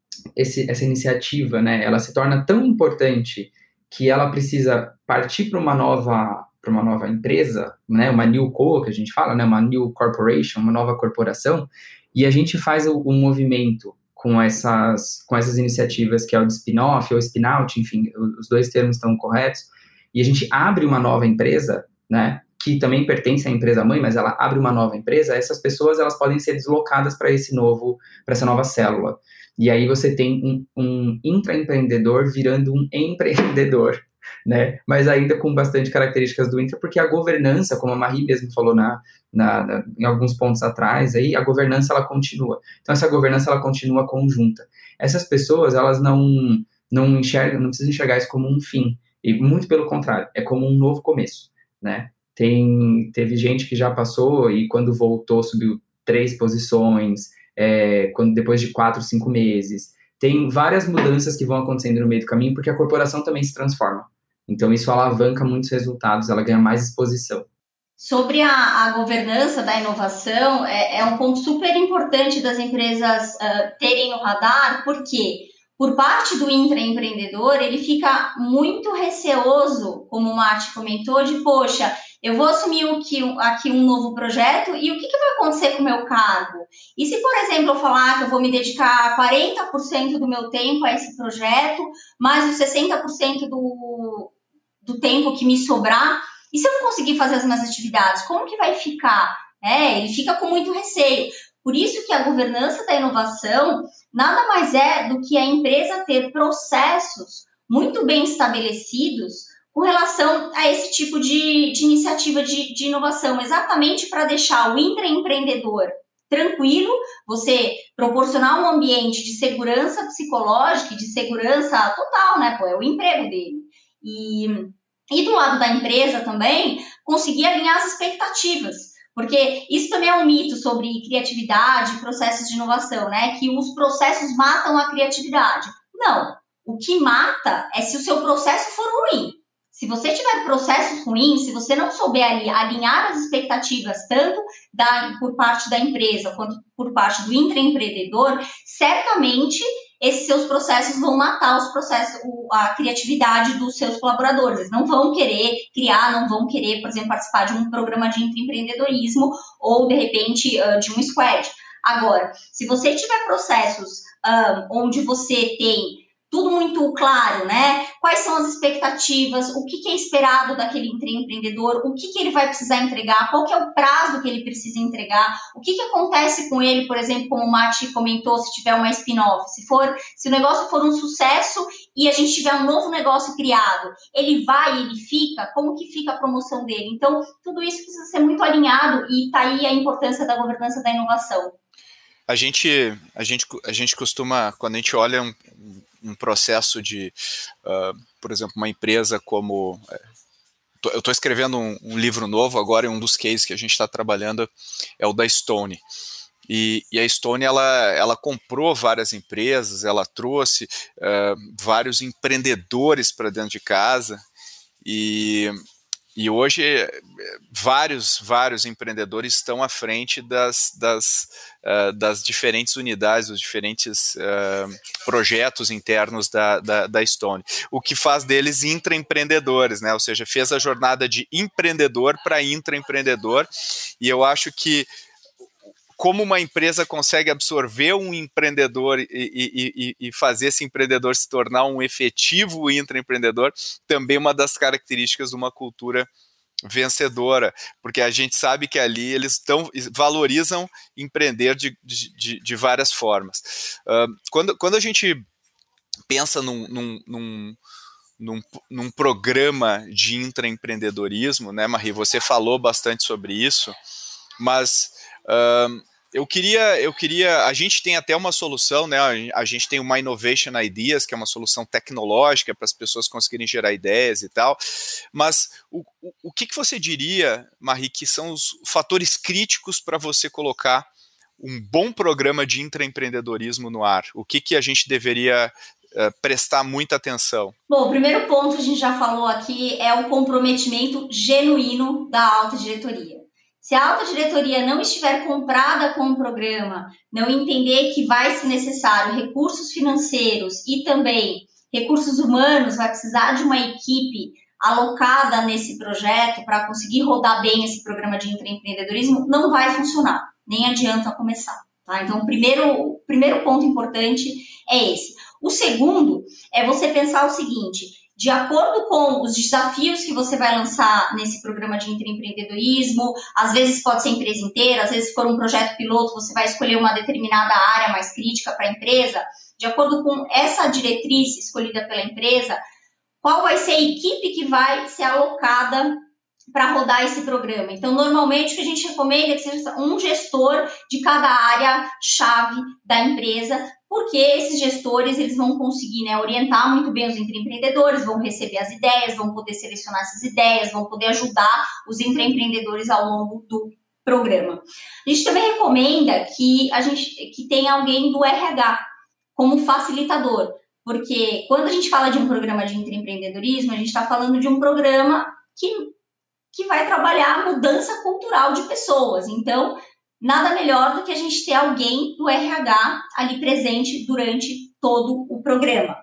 S4: iniciativa, né, ela se torna tão importante que ela precisa partir para uma nova empresa, né, uma new co, que a gente fala, né, uma new corporation, uma nova corporação, e a gente faz um movimento com essas iniciativas, que é o de spin-off ou spin-out, enfim, os dois termos estão corretos, e a gente abre uma nova empresa, né, que também pertence à empresa mãe, mas ela abre uma nova empresa, essas pessoas elas podem ser deslocadas para essa nova célula. E aí você tem um intraempreendedor virando um empreendedor, né? Mas ainda com bastante características do intra, porque a governança, como a Marie mesmo falou em alguns pontos atrás, aí, a governança ela continua. Então, essa governança ela continua conjunta. Essas pessoas, elas não precisam enxergar isso como um fim, e muito pelo contrário, é como um novo começo, né? Teve gente que já passou e quando voltou subiu 3 posições, depois de 4, 5 meses. Tem várias mudanças que vão acontecendo no meio do caminho, porque a corporação também se transforma. Então, isso alavanca muitos resultados, ela ganha mais exposição.
S3: Sobre a governança da inovação, é um ponto super importante das empresas terem no radar, porque por parte do intraempreendedor, ele fica muito receoso, como o Márcio comentou, de, poxa, eu vou assumir aqui um novo projeto e o que vai acontecer com o meu cargo? E se, por exemplo, eu falar que eu vou me dedicar 40% do meu tempo a esse projeto, mais os 60% do tempo que me sobrar, e se eu não conseguir fazer as minhas atividades, como que vai ficar? Ele fica com muito receio. Por isso que a governança da inovação nada mais é do que a empresa ter processos muito bem estabelecidos com relação a esse tipo de iniciativa de inovação, exatamente para deixar o intraempreendedor tranquilo, você proporcionar um ambiente de segurança psicológica e de segurança total, né? É o emprego dele. E do lado da empresa também, conseguir alinhar as expectativas, porque isso também é um mito sobre criatividade, processos de inovação, né? Que os processos matam a criatividade. Não, o que mata é se o seu processo for ruim. Se você tiver processos ruins, se você não souber alinhar as expectativas tanto por parte da empresa quanto por parte do intraempreendedor, certamente esses seus processos vão matar a criatividade dos seus colaboradores. Eles não vão querer criar, não vão querer, por exemplo, participar de um programa de intraempreendedorismo ou, de repente, de um squad. Agora, se você tiver processos onde você tem tudo muito claro, né? Quais são as expectativas, o que é esperado daquele intraempreendedor, o que ele vai precisar entregar, qual que é o prazo que ele precisa entregar, o que acontece com ele, por exemplo, como o Mati comentou, se tiver uma spin-off, se o negócio for um sucesso e a gente tiver um novo negócio criado, ele fica, como que fica a promoção dele? Então, tudo isso precisa ser muito alinhado e tá aí a importância da governança da inovação.
S2: A gente costuma, quando a gente olha um processo de, por exemplo, uma empresa como... eu estou escrevendo um livro novo agora, e um dos cases que a gente está trabalhando é o da Stone. E a Stone, ela comprou várias empresas, ela trouxe vários empreendedores para dentro de casa, e hoje vários empreendedores estão à frente das diferentes unidades, dos diferentes projetos internos da Stone, o que faz deles intraempreendedores, né? Ou seja, fez a jornada de empreendedor para intraempreendedor, e eu acho que como uma empresa consegue absorver um empreendedor e fazer esse empreendedor se tornar um efetivo intraempreendedor, também uma das características de uma cultura vencedora, porque a gente sabe que ali eles valorizam empreender de várias formas. Quando a gente pensa num programa de intraempreendedorismo, né, Marie, você falou bastante sobre isso, mas eu queria, a gente tem até uma solução, né? A gente tem uma Innovation Ideas, que é uma solução tecnológica para as pessoas conseguirem gerar ideias e tal, mas o que você diria, Marie, que são os fatores críticos para você colocar um bom programa de intraempreendedorismo no ar? O que a gente deveria prestar muita atenção?
S3: Bom, o primeiro ponto que a gente já falou aqui é o comprometimento genuíno da alta diretoria. Se a alta diretoria não estiver comprada com o programa, não entender que vai ser necessário recursos financeiros e também recursos humanos, vai precisar de uma equipe alocada nesse projeto para conseguir rodar bem esse programa de intraempreendedorismo, não vai funcionar, nem adianta começar. Tá? Então, o primeiro ponto importante é esse. O segundo é você pensar o seguinte: de acordo com os desafios que você vai lançar nesse programa de intraempreendedorismo, às vezes pode ser a empresa inteira, às vezes se for um projeto piloto, você vai escolher uma determinada área mais crítica para a empresa. De acordo com essa diretriz escolhida pela empresa, qual vai ser a equipe que vai ser alocada para rodar esse programa? Então, normalmente, o que a gente recomenda é que seja um gestor de cada área-chave da empresa, porque esses gestores eles vão conseguir, né, orientar muito bem os intraempreendedores, vão receber as ideias, vão poder selecionar essas ideias, vão poder ajudar os intraempreendedores ao longo do programa. A gente também recomenda que tenha alguém do RH como facilitador, porque quando a gente fala de um programa de intraempreendedorismo, a gente está falando de um programa que vai trabalhar a mudança cultural de pessoas. Então, nada melhor do que a gente ter alguém do RH ali presente durante todo o programa.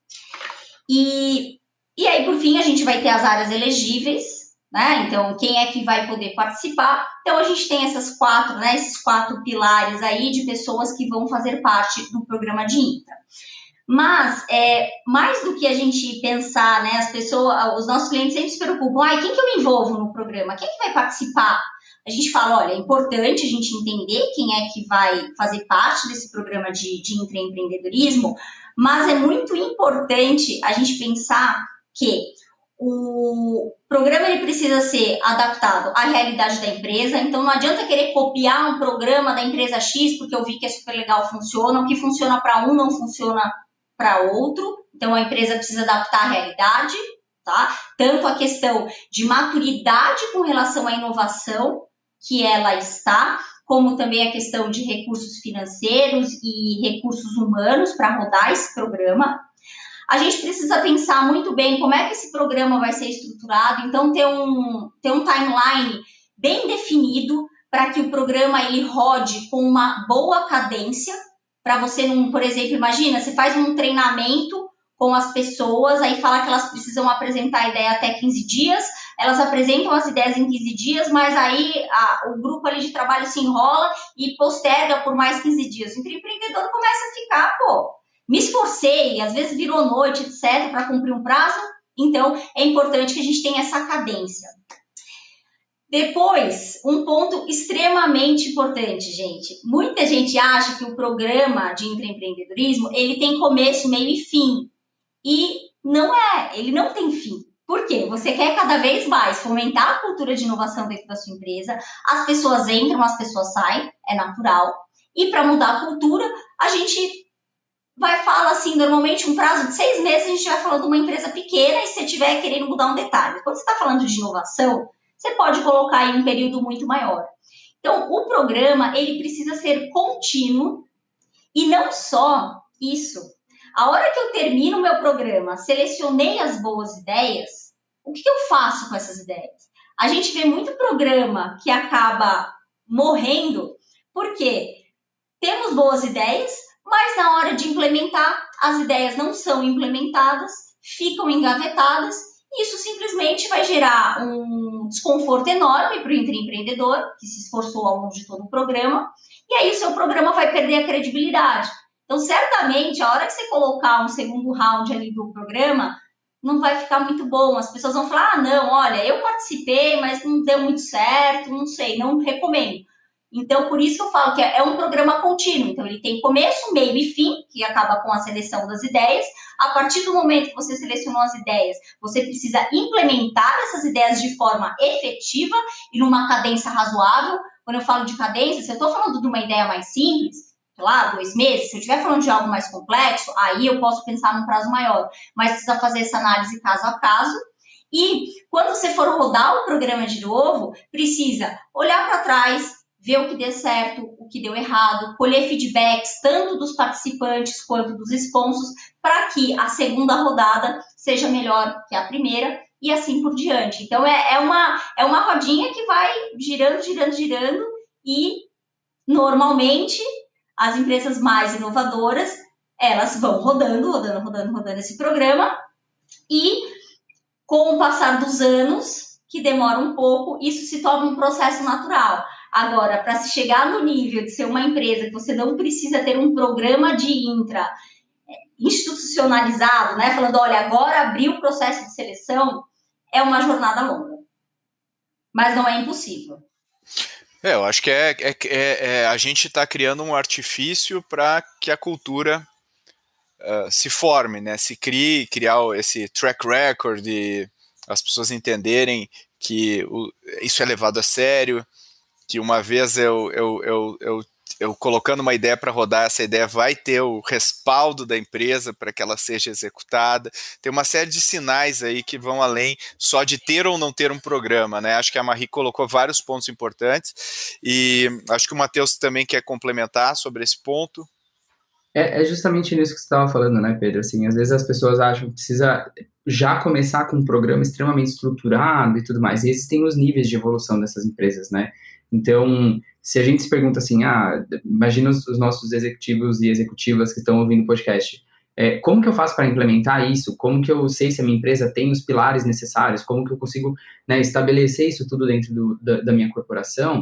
S3: E aí, por fim, a gente vai ter as áreas elegíveis, né? Então, quem é que vai poder participar? Então, a gente tem esses quatro pilares aí de pessoas que vão fazer parte do programa de Intra. Mas, mais do que a gente pensar, né, os nossos clientes sempre se preocupam, quem que eu envolvo no programa? Quem que vai participar? a gente fala, olha, é importante a gente entender quem é que vai fazer parte desse programa de intraempreendedorismo, mas é muito importante a gente pensar que o programa ele precisa ser adaptado à realidade da empresa, então não adianta querer copiar um programa da empresa X, porque eu vi que é super legal, funciona, o que funciona para um não funciona para outro, então a empresa precisa adaptar a realidade, tá? Tanto a questão de maturidade com relação à inovação que ela está, como também a questão de recursos financeiros e recursos humanos para rodar esse programa. A gente precisa pensar muito bem como é que esse programa vai ser estruturado, então ter um timeline bem definido para que o programa ele rode com uma boa cadência, para você não, por exemplo, imagina, você faz um treinamento com as pessoas, aí fala que elas precisam apresentar a ideia até 15 dias, elas apresentam as ideias em 15 dias, mas aí o grupo ali de trabalho se enrola e posterga por mais 15 dias. O empreendedor começa a ficar, me esforcei, às vezes virou noite, etc., para cumprir um prazo, então é importante que a gente tenha essa cadência. Depois, um ponto extremamente importante, gente. Muita gente acha que o programa de intraempreendedorismo, ele tem começo, meio e fim. E não é, ele não tem fim. Por quê? Você quer cada vez mais fomentar a cultura de inovação dentro da sua empresa, as pessoas entram, as pessoas saem, é natural. E para mudar a cultura, a gente vai falar assim, normalmente um prazo de 6 meses, a gente vai falando de uma empresa pequena e se você estiver querendo mudar um detalhe. Quando você está falando de inovação, você pode colocar em um período muito maior. Então, o programa, ele precisa ser contínuo e não só isso. A hora que eu termino o meu programa, selecionei as boas ideias, o que eu faço com essas ideias? A gente vê muito programa que acaba morrendo porque temos boas ideias, mas na hora de implementar, as ideias não são implementadas, ficam engavetadas, e isso simplesmente vai gerar um desconforto enorme para o empreendedor, que se esforçou ao longo de todo o programa, e aí o seu programa vai perder a credibilidade. Então, certamente, a hora que você colocar um segundo round ali do programa, não vai ficar muito bom. As pessoas vão falar, não, olha, eu participei, mas não deu muito certo, não sei, não recomendo. Então, por isso que eu falo que é um programa contínuo. Então, ele tem começo, meio e fim, que acaba com a seleção das ideias. A partir do momento que você selecionou as ideias, você precisa implementar essas ideias de forma efetiva e numa cadência razoável. Quando eu falo de cadência, se eu estou falando de uma ideia mais simples, sei lá, 2 meses, se eu estiver falando de algo mais complexo, aí eu posso pensar num prazo maior. Mas precisa fazer essa análise caso a caso. E quando você for rodar o programa de novo, precisa olhar para trás, ver o que deu certo, o que deu errado, colher feedbacks tanto dos participantes quanto dos sponsors, para que a segunda rodada seja melhor que a primeira e assim por diante. Então, é uma rodinha que vai girando, girando, girando e, normalmente, as empresas mais inovadoras, elas vão rodando esse programa e, com o passar dos anos, que demora um pouco, isso se torna um processo natural. Agora, para se chegar no nível de ser uma empresa que você não precisa ter um programa de intra institucionalizado, né? Falando, olha, agora abriu o processo de seleção, é uma jornada longa. Mas não é impossível.
S2: Eu acho que a gente está criando um artifício para que a cultura se forme, né? Se criar esse track record e as pessoas entenderem que isso é levado a sério, que uma vez eu colocando uma ideia para rodar, essa ideia vai ter o respaldo da empresa para que ela seja executada. Tem uma série de sinais aí que vão além só de ter ou não ter um programa, né? Acho que a Marie colocou vários pontos importantes e acho que o Matheus também quer complementar sobre esse ponto.
S4: É justamente nisso que você estava falando, né, Pedro? Assim, às vezes as pessoas acham que precisa já começar com um programa extremamente estruturado e tudo mais. E existem os níveis de evolução dessas empresas, né? Então, se a gente se pergunta assim, imagina os nossos executivos e executivas que estão ouvindo o podcast, como que eu faço para implementar isso? Como que eu sei se a minha empresa tem os pilares necessários? Como que eu consigo, né, estabelecer isso tudo dentro da minha corporação?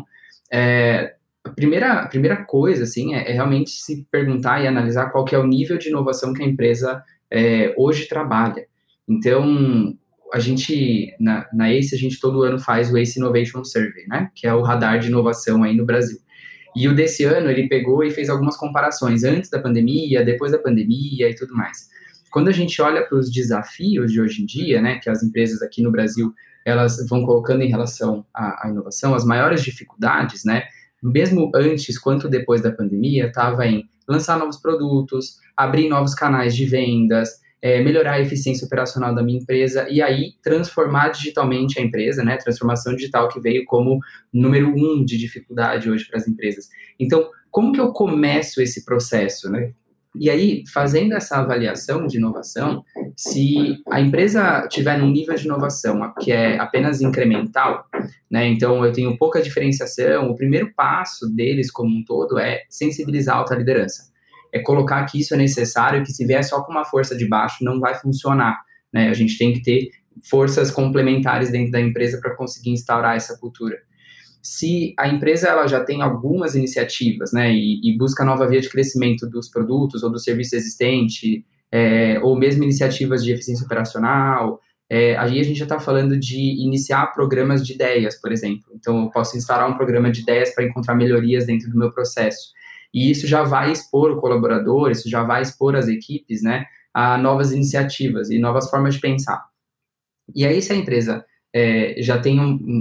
S4: A primeira coisa, assim, é realmente se perguntar e analisar qual que é o nível de inovação que a empresa hoje trabalha. Então, a gente, na ACE, a gente todo ano faz o ACE Innovation Survey, né? Que é o radar de inovação aí no Brasil. E o desse ano, ele pegou e fez algumas comparações antes da pandemia, depois da pandemia e tudo mais. Quando a gente olha para os desafios de hoje em dia, né, que as empresas aqui no Brasil, elas vão colocando em relação à inovação, as maiores dificuldades, né, mesmo antes quanto depois da pandemia, estava em lançar novos produtos, abrir novos canais de vendas, melhorar a eficiência operacional da minha empresa e aí transformar digitalmente a empresa, né? Transformação digital que veio como número 1 de dificuldade hoje para as empresas. Então, como que eu começo esse processo, né? E aí, fazendo essa avaliação de inovação, se a empresa tiver num nível de inovação que é apenas incremental, né? Então, eu tenho pouca diferenciação, o primeiro passo deles como um todo é sensibilizar a alta liderança. É colocar que isso é necessário, que se vier só com uma força de baixo não vai funcionar, né? A gente tem que ter forças complementares dentro da empresa para conseguir instaurar essa cultura. Se a empresa ela já tem algumas iniciativas, né, e busca nova via de crescimento dos produtos ou do serviço existente, ou mesmo iniciativas de eficiência operacional, aí a gente já está falando de iniciar programas de ideias, por exemplo. Então, eu posso instaurar um programa de ideias para encontrar melhorias dentro do meu processo. E isso já vai expor o colaborador, isso já vai expor as equipes, né, a novas iniciativas e novas formas de pensar. E aí, se a empresa já tem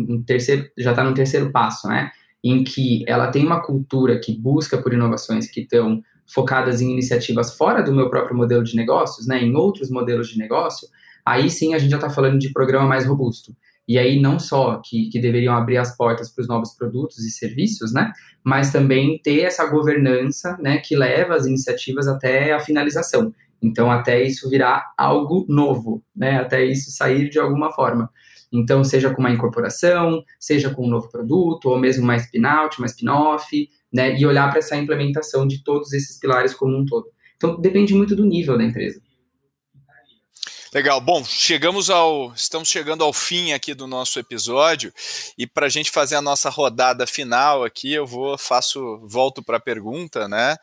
S4: já está no terceiro passo, né, em que ela tem uma cultura que busca por inovações que estão focadas em iniciativas fora do meu próprio modelo de negócios, né, em outros modelos de negócio, aí sim a gente já está falando de programa mais robusto. E aí não só que deveriam abrir as portas para os novos produtos e serviços, né, mas também ter essa governança, né, que leva as iniciativas até a finalização. Então, até isso virar algo novo, né, até isso sair de alguma forma. Então, seja com uma incorporação, seja com um novo produto, ou mesmo uma spin-out, uma spin-off, né, e olhar para essa implementação de todos esses pilares como um todo. Então, depende muito do nível da empresa.
S2: Legal. Bom, estamos chegando ao fim aqui do nosso episódio e para a gente fazer a nossa rodada final aqui, volto para a pergunta, né?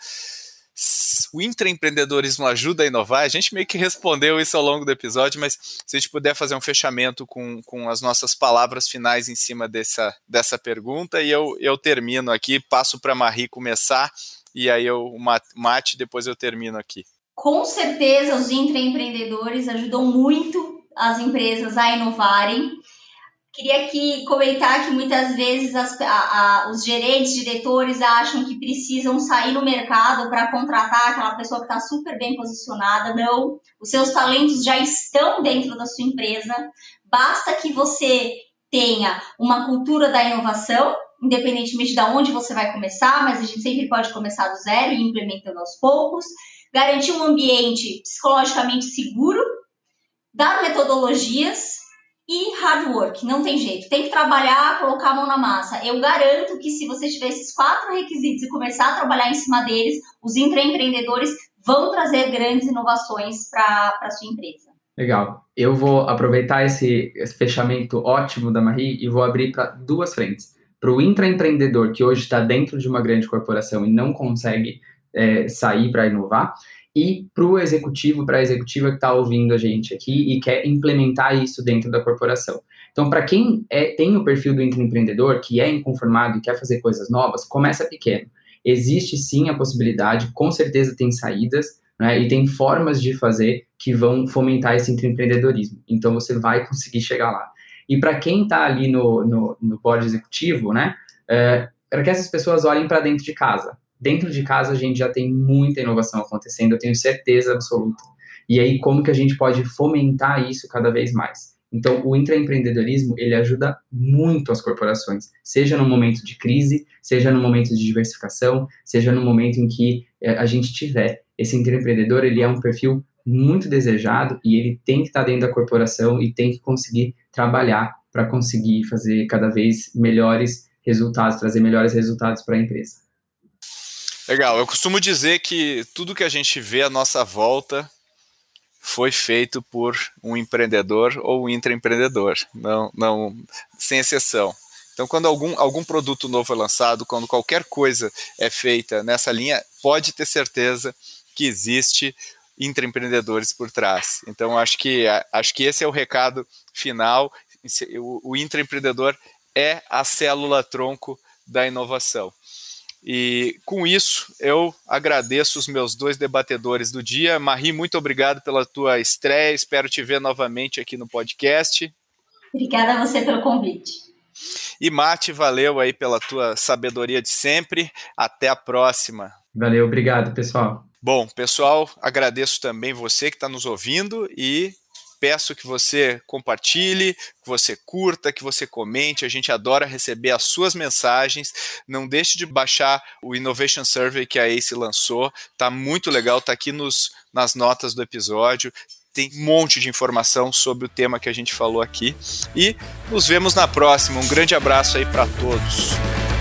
S2: O intraempreendedorismo ajuda a inovar? A gente meio que respondeu isso ao longo do episódio, mas se a gente puder fazer um fechamento com as nossas palavras finais em cima dessa pergunta, e eu termino aqui, passo para a Marie começar, e aí o Mate, depois eu termino aqui.
S3: Com certeza, os intraempreendedores ajudam muito as empresas a inovarem. Queria aqui comentar que muitas vezes os gerentes, diretores acham que precisam sair no mercado para contratar aquela pessoa que está super bem posicionada. Não, os seus talentos já estão dentro da sua empresa. Basta que você tenha uma cultura da inovação, independentemente de onde você vai começar, mas a gente sempre pode começar do zero e ir implementando aos poucos. Garantir um ambiente psicologicamente seguro, dar metodologias e hard work, não tem jeito. Tem que trabalhar, colocar a mão na massa. Eu garanto que se você tiver esses 4 requisitos e começar a trabalhar em cima deles, os intraempreendedores vão trazer grandes inovações para a sua empresa.
S4: Legal. Eu vou aproveitar esse fechamento ótimo da Marie e vou abrir para 2 frentes. Para o intraempreendedor que hoje está dentro de uma grande corporação e não consegue sair para inovar, e para o executivo, para a executiva que está ouvindo a gente aqui e quer implementar isso dentro da corporação. Então, para quem tem o perfil do intraempreendedor, que é inconformado e quer fazer coisas novas, começa pequeno. Existe sim a possibilidade, com certeza tem saídas, né, e tem formas de fazer que vão fomentar esse intraempreendedorismo. Então, você vai conseguir chegar lá. E para quem está ali no board executivo, né, para que essas pessoas olhem para dentro de casa. Dentro de casa a gente já tem muita inovação acontecendo, eu tenho certeza absoluta. E aí como que a gente pode fomentar isso cada vez mais? Então o intraempreendedorismo, ele ajuda muito as corporações, seja no momento de crise, seja no momento de diversificação, seja no momento em que a gente tiver. Esse intraempreendedor, ele é um perfil muito desejado e ele tem que estar dentro da corporação e tem que conseguir trabalhar para conseguir fazer cada vez melhores resultados, trazer melhores resultados para a empresa.
S2: Legal, eu costumo dizer que tudo que a gente vê à nossa volta foi feito por um empreendedor ou um intraempreendedor, não, sem exceção. Então, quando algum produto novo é lançado, quando qualquer coisa é feita nessa linha, pode ter certeza que existe intraempreendedores por trás. Então, acho que esse é o recado final. O intraempreendedor é a célula-tronco da inovação. E com isso, eu agradeço os meus 2 debatedores do dia. Marie, muito obrigado pela tua estreia. Espero te ver novamente aqui no podcast.
S3: Obrigada a você pelo convite.
S2: E Mate, valeu aí pela tua sabedoria de sempre. Até a próxima.
S4: Valeu, obrigado, pessoal.
S2: Bom, pessoal, agradeço também você que está nos ouvindo e peço que você compartilhe, que você curta, que você comente. A gente adora receber as suas mensagens. Não deixe de baixar o Innovation Survey que a ACE lançou. Tá muito legal, tá aqui nas notas do episódio. Tem um monte de informação sobre o tema que a gente falou aqui. E nos vemos na próxima. Um grande abraço aí para todos.